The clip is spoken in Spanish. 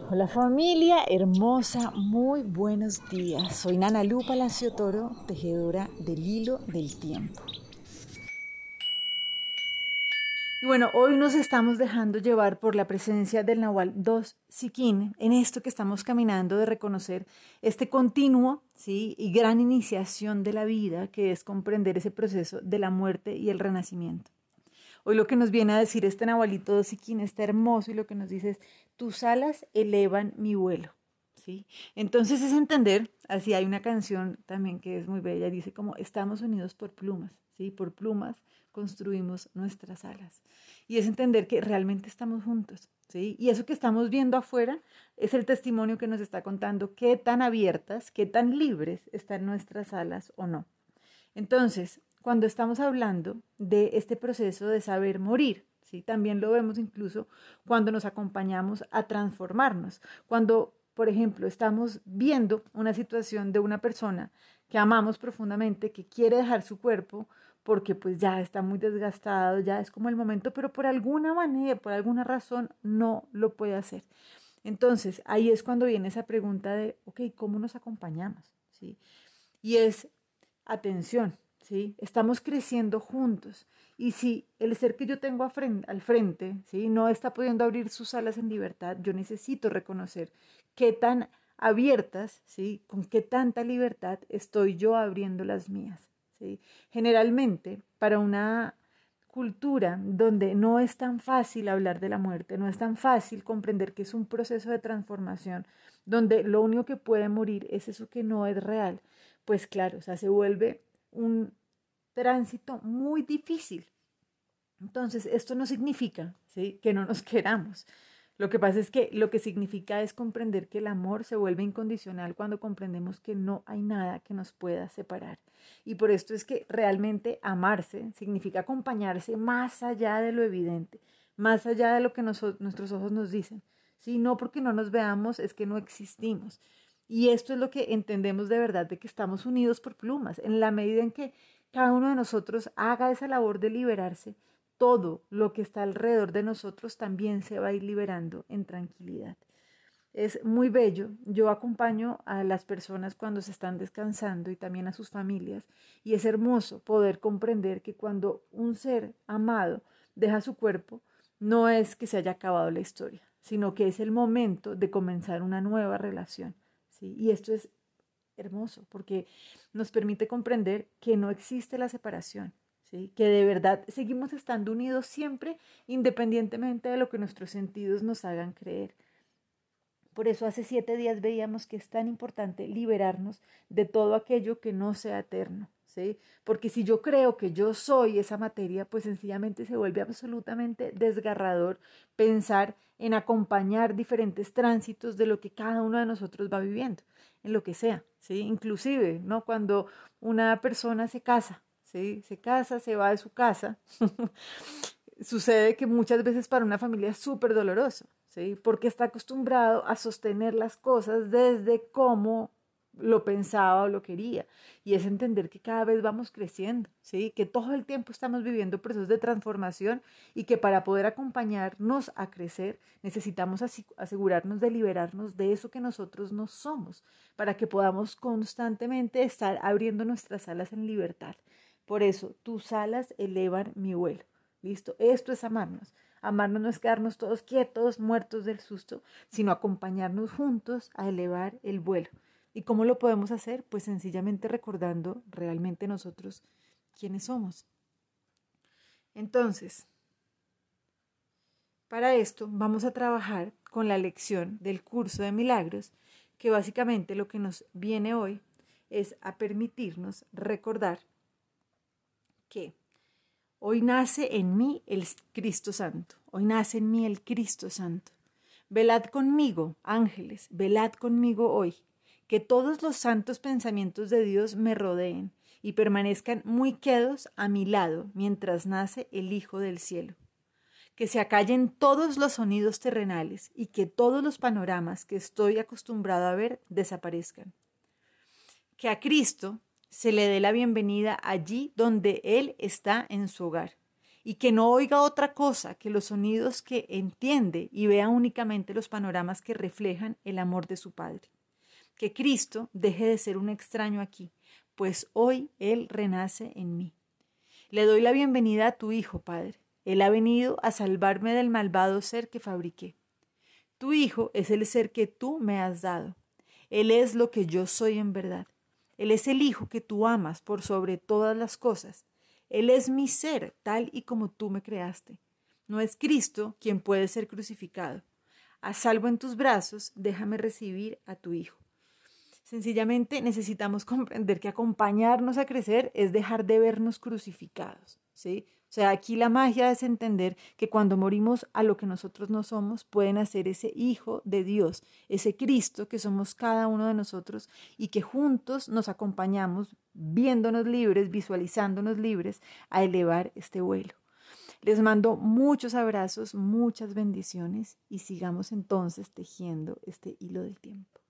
Hola familia hermosa, muy buenos días. Soy Nana Lu Palacio Toro, tejedora del hilo del tiempo. Y bueno, hoy nos estamos dejando llevar por la presencia del Nahual 2 Siquín en esto que estamos caminando de reconocer este continuo, ¿sí? Y gran iniciación de la vida, que es comprender ese proceso de la muerte y el renacimiento. Hoy lo que nos viene a decir este Nahualito 2 Siquín está hermoso y lo que nos dice es, tus alas elevan mi vuelo. ¿Sí? Entonces es entender, así hay una canción también que es muy bella, dice como estamos unidos por plumas, ¿sí? Por plumas construimos nuestras alas. Y es entender que realmente estamos juntos, ¿sí? Y eso que estamos viendo afuera es el testimonio que nos está contando qué tan abiertas, qué tan libres están nuestras alas o no. Entonces, cuando estamos hablando de este proceso de saber morir, ¿sí? También lo vemos incluso cuando nos acompañamos a transformarnos, cuando por ejemplo, estamos viendo una situación de una persona que amamos profundamente, que quiere dejar su cuerpo porque pues ya está muy desgastado, ya es como el momento, pero por alguna manera, por alguna razón no lo puede hacer. Entonces, ahí es cuando viene esa pregunta de, ok, ¿cómo nos acompañamos? ¿Sí? Y es, atención, ¿sí? Estamos creciendo juntos. Y si el ser que yo tengo al frente, ¿sí? No está pudiendo abrir sus alas en libertad, yo necesito reconocer qué tan abiertas, ¿sí? Con qué tanta libertad estoy yo abriendo las mías, ¿sí? Generalmente, para una cultura donde no es tan fácil hablar de la muerte, no es tan fácil comprender que es un proceso de transformación, donde lo único que puede morir es eso que no es real, pues claro, o sea, se vuelve un tránsito muy difícil. Entonces, esto no significa, ¿sí? Que no nos queramos. Lo que pasa es que lo que significa es comprender que el amor se vuelve incondicional cuando comprendemos que no hay nada que nos pueda separar. Y por esto es que realmente amarse significa acompañarse más allá de lo evidente, más allá de lo que nuestros ojos nos dicen. ¿Sí? No porque no nos veamos es que no existimos. Y esto es lo que entendemos de verdad, de que estamos unidos por plumas. En la medida en que cada uno de nosotros haga esa labor de liberarse, todo lo que está alrededor de nosotros también se va a ir liberando en tranquilidad. Es muy bello. Yo acompaño a las personas cuando se están descansando y también a sus familias. Y es hermoso poder comprender que cuando un ser amado deja su cuerpo, no es que se haya acabado la historia, sino que es el momento de comenzar una nueva relación. ¿Sí? Y esto es hermoso porque nos permite comprender que no existe la separación, ¿sí? Que de verdad seguimos estando unidos siempre, independientemente de lo que nuestros sentidos nos hagan creer. Por eso hace 7 días veíamos que es tan importante liberarnos de todo aquello que no sea eterno, ¿sí? Porque si yo creo que yo soy esa materia, pues sencillamente se vuelve absolutamente desgarrador pensar en acompañar diferentes tránsitos de lo que cada uno de nosotros va viviendo, en lo que sea, ¿sí? Inclusive, ¿no? Cuando una persona se casa, ¿sí? Se casa, se va de su casa, sucede que muchas veces para una familia es súper doloroso, ¿sí? Porque está acostumbrado a sostener las cosas desde cómo lo pensaba o lo quería. Y es entender que cada vez vamos creciendo, ¿sí? Que todo el tiempo estamos viviendo procesos de transformación y que para poder acompañarnos a crecer necesitamos asegurarnos de liberarnos de eso que nosotros no somos, para que podamos constantemente estar abriendo nuestras alas en libertad. Por eso, tus alas elevan mi vuelo. ¿Listo? Esto es amarnos. Amarnos no es quedarnos todos quietos, muertos del susto, sino acompañarnos juntos a elevar el vuelo. ¿Y cómo lo podemos hacer? Pues sencillamente recordando realmente nosotros quiénes somos. Entonces, para esto vamos a trabajar con la lección del curso de milagros, que básicamente lo que nos viene hoy es a permitirnos recordar que hoy nace en mí el Cristo Santo. Hoy nace en mí el Cristo Santo. Velad conmigo, ángeles, velad conmigo hoy. Que todos los santos pensamientos de Dios me rodeen y permanezcan muy quedos a mi lado mientras nace el Hijo del cielo. Que se acallen todos los sonidos terrenales y que todos los panoramas que estoy acostumbrado a ver desaparezcan. Que a Cristo se le dé la bienvenida allí donde Él está en su hogar y que no oiga otra cosa que los sonidos que entiende y vea únicamente los panoramas que reflejan el amor de su Padre. Que Cristo deje de ser un extraño aquí, pues hoy Él renace en mí. Le doy la bienvenida a tu Hijo, Padre. Él ha venido a salvarme del malvado ser que fabriqué. Tu Hijo es el ser que tú me has dado. Él es lo que yo soy en verdad. Él es el Hijo que tú amas por sobre todas las cosas. Él es mi ser, tal y como tú me creaste. No es Cristo quien puede ser crucificado. A salvo en tus brazos, déjame recibir a tu Hijo. Sencillamente necesitamos comprender que acompañarnos a crecer es dejar de vernos crucificados, ¿sí? O sea, aquí la magia es entender que cuando morimos a lo que nosotros no somos, pueden hacer ese Hijo de Dios, ese Cristo que somos cada uno de nosotros y que juntos nos acompañamos viéndonos libres, visualizándonos libres a elevar este vuelo. Les mando muchos abrazos, muchas bendiciones y sigamos entonces tejiendo este hilo del tiempo.